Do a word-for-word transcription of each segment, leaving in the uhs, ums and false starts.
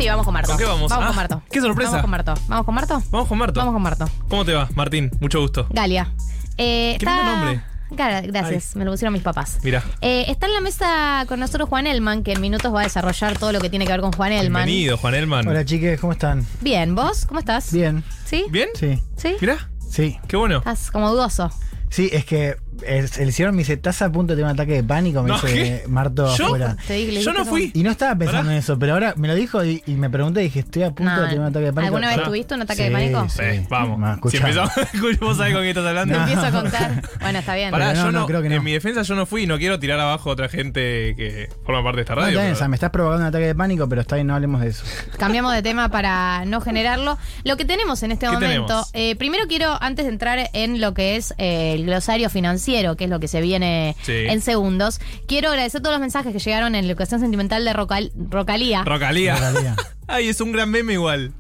Sí, vamos con Marto. ¿Con qué vamos? Vamos Ah, con Marto. ¡Qué sorpresa! Vamos con Marto. ¿Vamos con Marto? Vamos con Marto. Vamos con Marto. ¿Cómo te va, Martín? Mucho gusto. Galia. Eh, Qué está... lindo nombre. Gra- Gracias, Ay. me lo pusieron mis papás. Mira. Eh, está en la mesa con nosotros Juan Elman, que en minutos va a desarrollar todo lo que tiene que ver con Juan Elman. Bienvenido, Juan Elman. Hola chiques, ¿cómo están? Bien, ¿vos? ¿Cómo estás? Bien. ¿Sí? ¿Bien? Sí, ¿Sí? Mirá, sí. qué bueno. Estás como dudoso. Sí, es que el, el señor me dice, ¿estás a punto de tener un ataque de pánico? Me No, dice ¿qué? Marto ¿Yo? afuera. Te dije- le Yo dije no que fui. Y no estaba pensando Pará. en eso, pero ahora me lo dijo y, y me pregunté y dije, ¿estoy a punto No, de tener un ataque de pánico? ¿alguna vez Pará. tuviste un ataque Sí, de pánico? sí. Eh, vamos. Ma, Si escuchá. empezamos, vos sabés con qué estás hablando. Te No. empiezo a contar. Bueno, está bien. Pará, Pero no, yo no, no, creo que no. en mi defensa yo no fui y no quiero tirar abajo a otra gente que forma parte de esta No, radio. está bien, pero- o sea, me estás provocando un ataque de pánico, pero está bien, no hablemos de eso. Cambiamos de tema para no generarlo. Lo que tenemos en este ¿Qué momento, tenemos? eh, primero quiero, antes de entrar en lo que es eh, el glosario financiero, que es lo que se viene Sí. en segundos, quiero agradecer todos los mensajes que llegaron en la educación sentimental de Rocal- Rocalía. Rocalía. Rocalía. Ay, es un gran meme igual.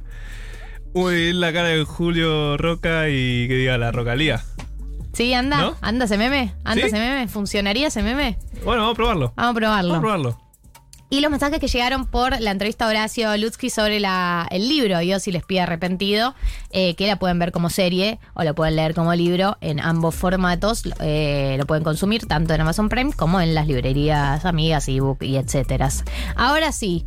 Uy, la cara de Julio Roca y que diga la Rocalía. ¿Sí, anda? ¿No? ¿Anda ese meme? ¿Anda ¿Sí? ese meme? ¿Funcionaría ese meme? Bueno, vamos a probarlo. Vamos a probarlo. Vamos a probarlo. Y los mensajes que llegaron por la entrevista a Horacio Lutzky sobre la, el libro Yossi les pide arrepentido, eh, que la pueden ver como serie o la pueden leer como libro en ambos formatos. Eh, lo pueden consumir tanto en Amazon Prime como en las librerías amigas, ebook y etcétera. Ahora sí,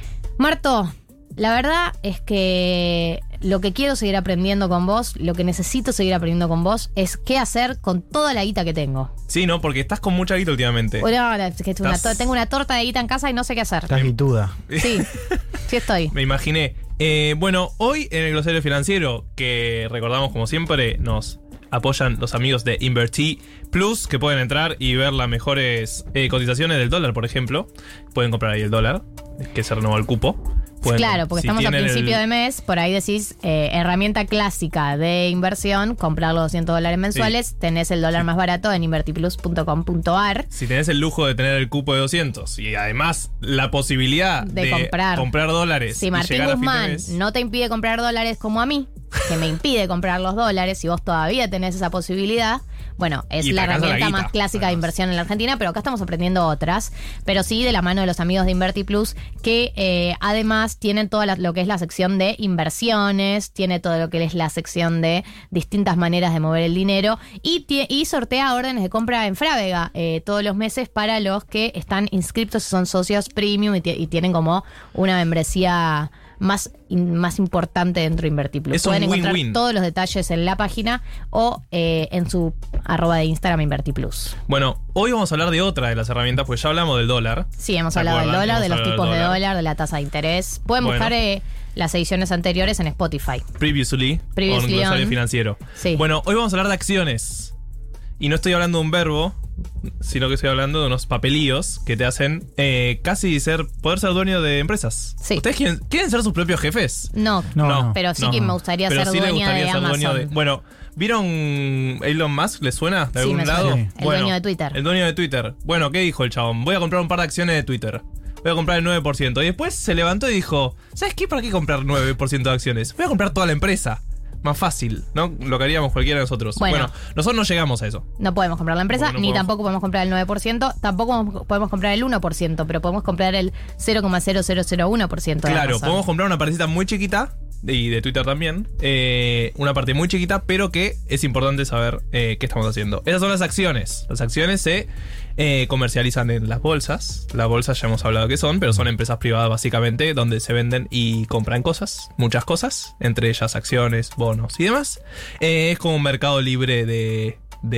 Marto, la verdad es que lo que quiero seguir aprendiendo con vos, lo que necesito seguir aprendiendo con vos, es qué hacer con toda la guita que tengo. Sí, no, porque estás con mucha guita últimamente. Bueno, es que es una Estás- to- tengo una torta de guita en casa y no sé qué hacer. Estás guituda. Sí, sí estoy. Me imaginé. Eh, bueno, hoy en el glosario financiero, que recordamos como siempre, nos apoyan los amigos de Invertí Plus, que pueden entrar y ver las mejores eh, cotizaciones del dólar, por ejemplo. Pueden comprar ahí el dólar, que se renovó el cupo. Pueden- Claro, porque si estamos a tienen principio el- de mes, por ahí decís, eh, herramienta clásica de inversión, comprar los doscientos dólares mensuales, tenés el dólar más barato en invertiplus punto com punto ar. Si tenés el lujo de tener el cupo de doscientos y además la posibilidad De de, comprar. dólares. Si y Martín llegar a fin de Guzmán mes- no te impide comprar dólares como a mí, que me impide comprar los dólares, y vos todavía tenés esa posibilidad, bueno, es Y te la alcanza la herramienta guita, más clásica de además. inversión en la Argentina, pero acá estamos aprendiendo otras, pero sí de la mano de los amigos de InvertiPlus, que eh, además tienen todo lo que es la sección de inversiones, tiene todo lo que es la sección de distintas maneras de mover el dinero, y, tie- y sortea órdenes de compra en Frávega eh, todos los meses para los que están inscriptos, son socios premium y, tie- y tienen como una membresía más, in- más importante dentro de InvertiPlus. Es un Pueden encontrar win-win. todos los detalles en la página o eh, en su arroba de Instagram InvertiPlus. Bueno, hoy vamos a hablar de otra de las herramientas, pues ya hablamos del dólar. Sí, hemos ¿Se hablado del acuerdan? dólar, de Hemos los hablado tipos del de dólar. dólar, de la tasa de interés. Pueden Bueno. buscar eh, las ediciones anteriores en Spotify. Previously, Previously con glosario on. financiero. Sí. Bueno, hoy vamos a hablar de acciones. Y no estoy hablando de un verbo, sino que estoy hablando de unos papelillos que te hacen eh, casi ser poder ser dueño de empresas. Sí. ¿Ustedes quieren, quieren ser sus propios jefes? No, No, no. pero sí No. que me gustaría Pero ser sí le dueña gustaría de ser Amazon. dueño de... Bueno, ¿vieron Elon Musk? ¿Les suena de Sí, algún me lado? suena. El Bueno, dueño de Twitter. El dueño de Twitter. Bueno, ¿qué dijo el chabón? Voy a comprar un par de acciones de Twitter. Voy a comprar el nueve por ciento. Y después se levantó y dijo, ¿sabes qué? ¿Para qué comprar nueve por ciento de acciones? Voy a comprar toda la empresa. Más fácil, ¿no? Lo que haríamos cualquiera de nosotros. Bueno. Bueno, nosotros no llegamos a eso. No podemos comprar la empresa, Porque no ni podemos- tampoco podemos comprar el nueve por ciento, tampoco podemos comprar el uno por ciento, pero podemos comprar el cero coma cero cero cero uno por ciento de Claro, Amazon. podemos comprar una partecita muy chiquita, y de Twitter también, eh, una parte muy chiquita, pero que es importante saber eh, qué estamos haciendo. Esas son las acciones. Las acciones se eh, comercializan en las bolsas. Las bolsas ya hemos hablado que son, pero son empresas privadas básicamente, donde se venden y compran cosas, muchas cosas, entre ellas acciones, bonos y demás. Eh, es como un mercado libre de,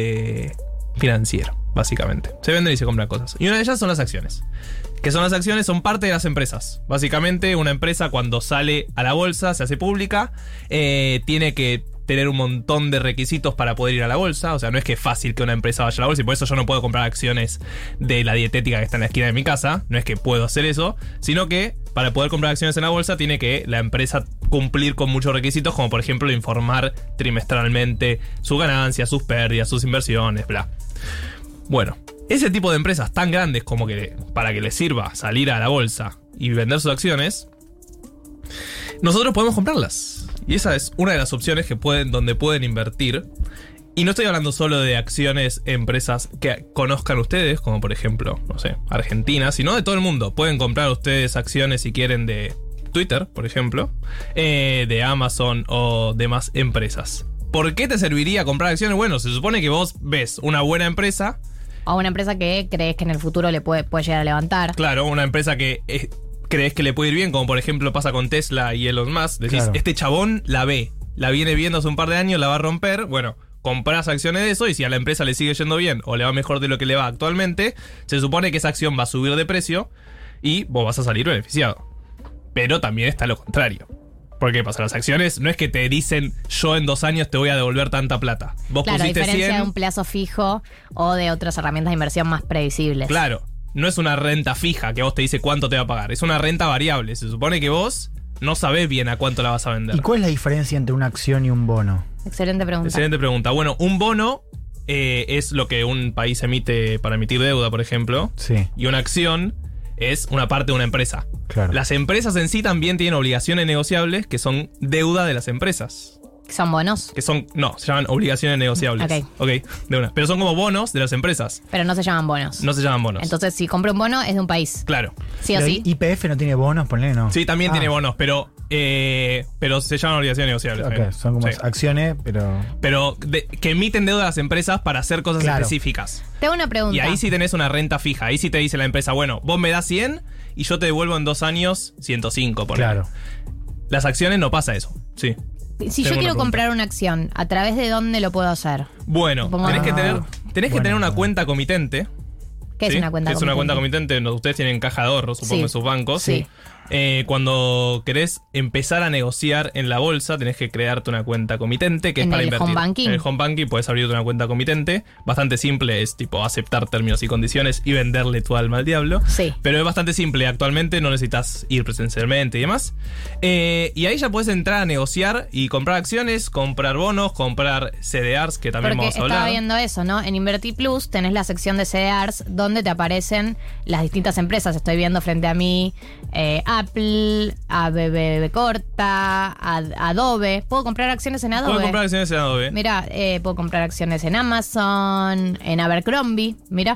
de financiero, básicamente. Se venden y se compran cosas. Y una de ellas son las acciones. Que son las acciones, son parte de las empresas. Básicamente, una empresa cuando sale a la bolsa, se hace pública, eh, tiene que tener un montón de requisitos para poder ir a la bolsa. O sea, no es que es fácil que una empresa vaya a la bolsa, y por eso yo no puedo comprar acciones de la dietética que está en la esquina de mi casa. No es que puedo hacer eso, sino que para poder comprar acciones en la bolsa tiene que la empresa cumplir con muchos requisitos, como por ejemplo informar trimestralmente sus ganancias, sus pérdidas, sus inversiones, bla. Bueno, ese tipo de empresas tan grandes como que para que les sirva salir a la bolsa y vender sus acciones, nosotros podemos comprarlas. Y esa es una de las opciones que pueden, donde pueden invertir. Y no estoy hablando solo de acciones, empresas que conozcan ustedes, como por ejemplo, no sé, Argentina, sino de todo el mundo. Pueden comprar ustedes acciones si quieren de Twitter, por ejemplo, eh, de Amazon o demás empresas. ¿Por qué te serviría comprar acciones? Bueno, se supone que vos ves una buena empresa. O una empresa que crees que en el futuro le puede, puede llegar a levantar. Claro, una empresa que eh, crees que le puede ir bien, como por ejemplo pasa con Tesla y Elon Musk. Decís, Claro. este chabón la ve, la viene viendo hace un par de años, la va a romper. Bueno, comprás acciones de eso y si a la empresa le sigue yendo bien o le va mejor de lo que le va actualmente, se supone que esa acción va a subir de precio y vos vas a salir beneficiado. Pero también está lo contrario. ¿Por qué pasa? Las acciones no es que te dicen yo en dos años te voy a devolver tanta plata. Vos Claro, a pusiste diferencia cien. de un plazo fijo o de otras herramientas de inversión más previsibles. Claro, no es una renta fija que vos te dice cuánto te va a pagar. Es una renta variable. Se supone que vos no sabés bien a cuánto la vas a vender. ¿Y cuál es la diferencia entre una acción y un bono? Excelente pregunta. Excelente pregunta. Bueno, un bono eh, es lo que un país emite para emitir deuda, por ejemplo. Sí, Y una acción es una parte de una empresa. claro. Las empresas en sí también tienen obligaciones negociables que son deuda de las empresas. ¿Son bonos? Que son, no, se llaman obligaciones negociables. Ok. Ok, de una. Pero son como bonos de las empresas. Pero no se llaman bonos. No se llaman bonos. Entonces, si compro un bono, es de un país. Claro. Sí o Pero sí. I P F no tiene bonos, ponle, ¿no? Sí, también Ah, tiene bonos, pero eh, pero se llaman obligaciones negociables. Ok, también. son como Sí. acciones, pero... Pero de- que emiten deuda a las empresas para hacer cosas Claro. específicas. Te hago una pregunta. Y ahí sí tenés una renta fija. Ahí sí te dice la empresa, bueno, vos me das cien y yo te devuelvo en dos años ciento cinco, por Claro. Las acciones no pasa eso. Sí. Si yo Tengo quiero una comprar una acción, ¿a través de dónde lo puedo hacer? Bueno, Pongo- tenés que Ah. tener, tenés que Bueno, tener una bueno. cuenta comitente. ¿Qué es ¿sí? una cuenta Que es una cuenta comitente? comitente. no, Ustedes tienen caja de ahorro, supongo, Sí. en sus bancos. Sí. Eh, cuando querés empezar a negociar en la bolsa, tenés que crearte una cuenta comitente que es ¿En para el invertir. home banking? En el home banking puedes abrirte una cuenta comitente. Bastante simple, es tipo aceptar términos y condiciones y venderle tu alma al diablo. Sí. Pero es bastante simple. Actualmente no necesitas ir presencialmente y demás. Eh, y ahí ya puedes entrar a negociar y comprar acciones, comprar bonos, comprar C D Rs, que también Porque vamos a estaba hablar. viendo eso, ¿no? En Invertir Plus tenés la sección de C D Rs donde te aparecen las distintas empresas. Estoy viendo frente a mí eh, Apple, A B B Corta, Ad- Adobe. ¿Puedo comprar acciones en Adobe? Puedes comprar acciones en Adobe. Mira, eh, puedo comprar acciones en Amazon, en Abercrombie, mira.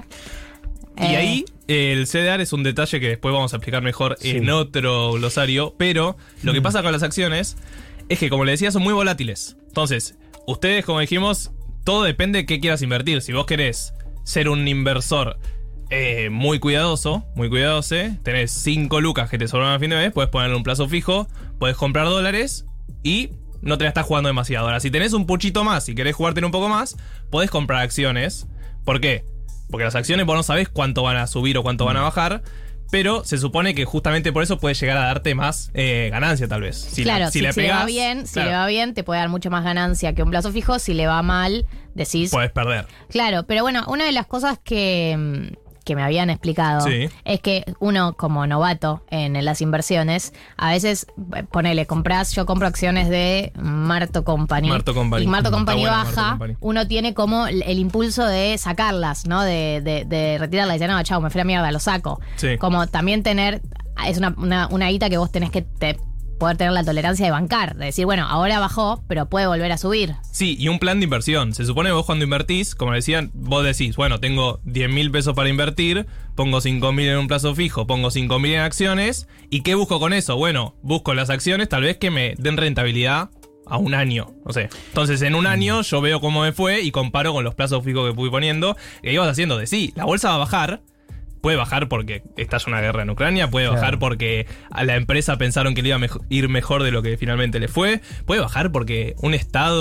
Y Eh, ahí eh, el C D R es un detalle que después vamos a explicar mejor Sí. en otro glosario, pero lo que pasa con las acciones es que, como le decía, son muy volátiles. Entonces, ustedes, como dijimos, todo depende de qué quieras invertir. Si vos querés ser un inversor eh, muy cuidadoso, muy cuidadoso, tenés cinco lucas que te sobran a fin de mes, puedes ponerle un plazo fijo, puedes comprar dólares y no te la estás jugando demasiado. Ahora, si tenés un puchito más y querés jugártelo un poco más, podés comprar acciones. ¿Por qué? Porque las acciones vos no sabés cuánto van a subir o cuánto van a bajar, pero se supone que justamente por eso puede llegar a darte más eh, ganancia, tal vez. Si la- claro, si, le si le va pegás, bien, si claro, le va bien, te puede dar mucho más ganancia que un plazo fijo. Si le va mal, decís. podés perder. Claro, pero bueno, una de las cosas que, mm, que me habían explicado Sí. es que uno, como novato en las inversiones, a veces, eh, ponele, compras, yo compro acciones de Marto Company. Marto Company. Y Marto Está Company buena baja, Marto Company. uno tiene como el el impulso de sacarlas, ¿no? De, de, de retirarlas. Y decir, no, chao, me fui a la mierda, lo saco. Sí. Como también tener, es una, una, una guita que vos tenés que te- poder tener la tolerancia de bancar. De decir, bueno, ahora bajó, pero puede volver a subir. Sí, y un plan de inversión. Se supone que vos cuando invertís, como decían, vos decís, bueno, tengo diez mil pesos para invertir, pongo cinco mil en un plazo fijo, pongo cinco mil en acciones, ¿y qué busco con eso? Bueno, busco las acciones tal vez que me den rentabilidad a un año, no sé. Entonces, en un año yo veo cómo me fue y comparo con los plazos fijos que fui poniendo, que ibas haciendo de sí, la bolsa va a bajar. Puede bajar porque estalla una guerra en Ucrania, puede Claro. bajar porque a la empresa pensaron que le iba a mejo- ir mejor de lo que finalmente le fue, puede bajar porque un estado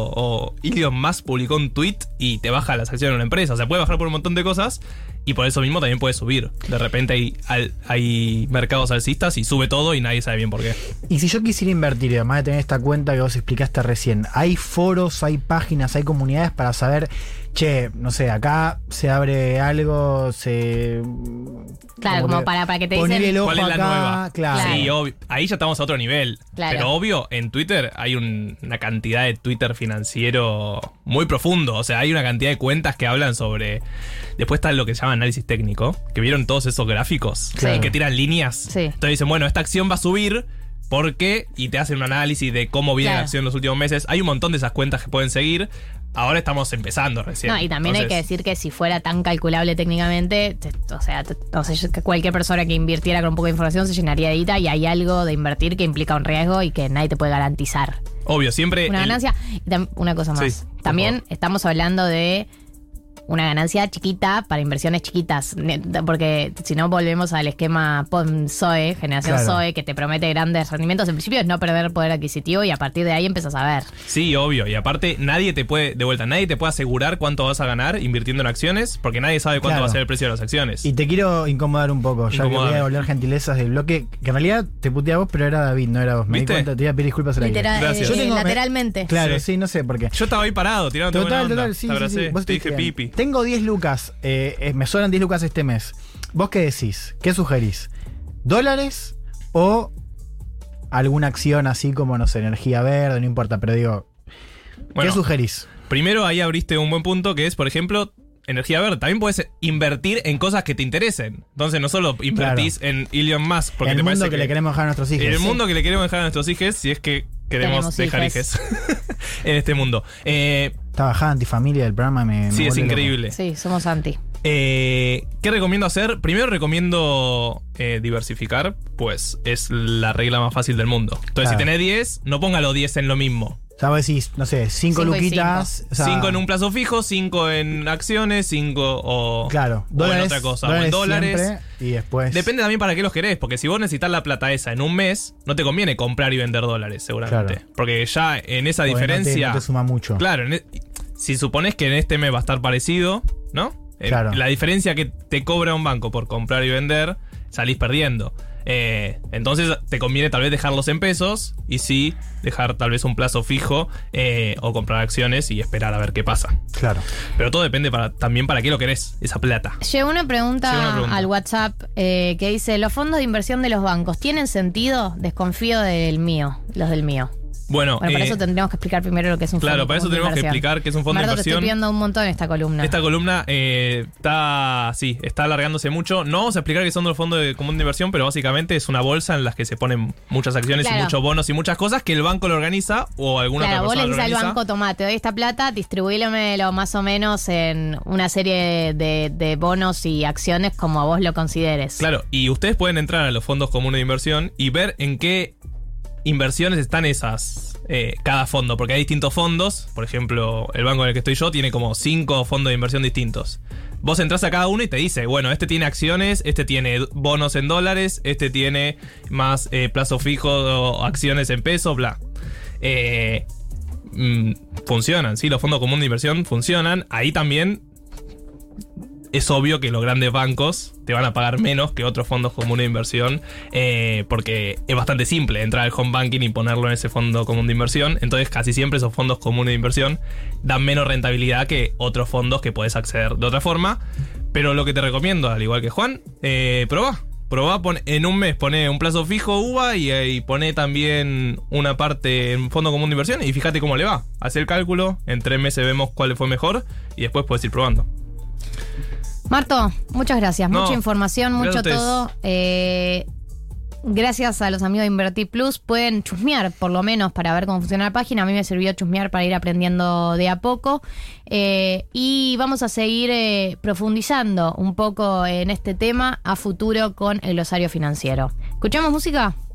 o Elon Musk publicó un tweet y te baja las acciones de una empresa, o sea, puede bajar por un montón de cosas y por eso mismo también puede subir. De repente hay, al- hay mercados alcistas y sube todo y nadie sabe bien por qué. Y si yo quisiera invertir, y además de tener esta cuenta que vos explicaste recién, ¿hay foros, hay páginas, hay comunidades para saber, che, no sé, acá se abre algo, se... Claro, como para, para que te poner dicen. el ojo ¿Cuál es la acá, nueva? Claro. Sí, obvio. Ahí ya estamos a otro nivel. Claro. Pero obvio, en Twitter hay un- una cantidad de Twitter financiero muy profundo. O sea, hay una cantidad de cuentas que hablan sobre... Después está lo que se llama análisis técnico, que vieron todos esos gráficos Sí. y que tiran líneas. Sí. Entonces dicen, bueno, esta acción va a subir porque... Y te hacen un análisis de cómo viene Claro. la acción en los últimos meses. Hay un montón de esas cuentas que pueden seguir. ahora estamos empezando recién. No, y también hay que Entonces, decir que si fuera tan calculable técnicamente, te- o sea, te- o sea, yo- que cualquier persona que invirtiera con un poco de información se llenaría de guita y hay algo de invertir que implica un riesgo y que nadie te puede garantizar obvio, siempre. una el- ganancia. Y tam- una cosa más. Sí, por También favor. estamos hablando de una ganancia chiquita para inversiones chiquitas, ne- porque si no volvemos al esquema P O M S O E, generación Claro. S O E, que te promete grandes rendimientos. En principio es no perder poder adquisitivo y a partir de ahí empezás a ver. Sí, obvio. Y aparte, nadie te puede, de vuelta, nadie te puede asegurar cuánto vas a ganar invirtiendo en acciones, porque nadie sabe cuánto Claro. va a ser el precio de las acciones. Y te quiero incomodar un poco, ya que voy Incomodame. a devolver gentilezas del bloque, que en realidad te puteé a vos, pero era David, no era vos. Me ¿Viste? di cuenta, te iba a pedir disculpas al aire. Literal, Gracias. eh, Yo tengo- lateralmente. Claro, Sí. sí. no sé por qué. Yo estaba ahí parado, tirándote buena Total, onda. total, sí, Te sí, abracé, sí. Vos te dije estuviste bien. pipi. Tengo diez lucas, eh, eh, me sobran diez lucas este mes. ¿Vos qué decís? ¿Qué sugerís? ¿Dólares o alguna acción así como, no sé, energía verde? No importa, pero digo, Bueno, ¿qué sugerís? primero ahí abriste un buen punto que es, por ejemplo, energía verde. También puedes invertir en cosas que te interesen. Entonces no solo invertís en Elon Musk porque el te mundo parece que, le queremos dejar a nuestros hijos. En el Sí. mundo que le queremos dejar a nuestros hijos, si es que queremos Tenemos dejar hijes. hijes en este mundo. Eh, Esta bajada antifamilia del programa me. me sí, es vuelve loco. increíble. Sí, somos anti. Eh, ¿Qué recomiendo hacer? Primero recomiendo eh, diversificar, pues es la regla más fácil del mundo. Entonces, Claro. si tenés diez, no ponga los diez en lo mismo. O sea, vos decís, no sé, cinco Cinco y luquitas. o sea, cinco en un plazo fijo, cinco en acciones, cinco o, Claro, o dólares. en otra cosa, o en dólares. siempre, y después. Depende también para qué los querés, porque si vos necesitas la plata esa en un mes, no te conviene comprar y vender dólares, seguramente. Claro. Porque ya en esa porque no te- diferencia. No te, suma mucho. Claro, en e- si suponés que en este mes va a estar parecido, ¿no? Eh, Claro. La diferencia que te cobra un banco por comprar y vender, salís perdiendo. Eh, entonces te conviene tal vez dejarlos en pesos y sí dejar tal vez un plazo fijo eh, o comprar acciones y esperar a ver qué pasa. Claro. Pero todo depende para, también para qué lo querés, esa plata. Llegó una pregunta, Llegó una pregunta. al WhatsApp eh, que dice, ¿los fondos de inversión de los bancos tienen sentido? Desconfío del mío, los del mío. Bueno, Bueno, para eh, eso tendríamos que explicar primero lo que es un fondo. claro, para eso común de tenemos que inversión. explicar qué es un fondo de Marto, te inversión. estoy pidiendo un montón esta columna. Esta columna eh, está, sí, está alargándose mucho. No vamos a explicar qué son los fondos de común de inversión, pero básicamente es una bolsa en la que se ponen muchas acciones Claro. y muchos bonos y muchas cosas que el banco lo organiza o alguna Claro, otra vos le persona dices al lo organiza. banco, tomá, te doy esta plata, distribúyemelo más o menos en una serie de, de bonos y acciones como vos lo consideres. Claro, y ustedes pueden entrar a los fondos comunes de inversión y ver en qué inversiones están esas, eh, cada fondo, porque hay distintos fondos. Por ejemplo, el banco en el que estoy yo tiene como cinco fondos de inversión distintos. Vos entras a cada uno y te dice, bueno, este tiene acciones, este tiene bonos en dólares, este tiene más eh, plazo fijo o acciones en pesos, bla. Eh, mm, funcionan, sí, los fondos comunes de inversión funcionan. Ahí también es obvio que los grandes bancos te van a pagar menos que otros fondos comunes de inversión, eh, porque es bastante simple entrar al home banking y ponerlo en ese fondo común de inversión. Entonces casi siempre esos fondos comunes de inversión dan menos rentabilidad que otros fondos que puedes acceder de otra forma. Pero lo que te recomiendo, al igual que Juan, eh, probá. Probá, pon- en un mes pone un plazo fijo U V A y, eh, y pone también una parte en fondo común de inversión y fíjate cómo le va. Haz el cálculo, en tres meses vemos cuál le fue mejor y después puedes ir probando. Marto, muchas gracias. No, Mucha información, gracias mucho a ustedes. todo. Eh, gracias a los amigos de Invertir Plus pueden chusmear, por lo menos, para ver cómo funciona la página. A mí me sirvió chusmear para ir aprendiendo de a poco. Eh, y vamos a seguir eh, profundizando un poco en este tema a futuro con el glosario financiero. ¿Escuchamos música?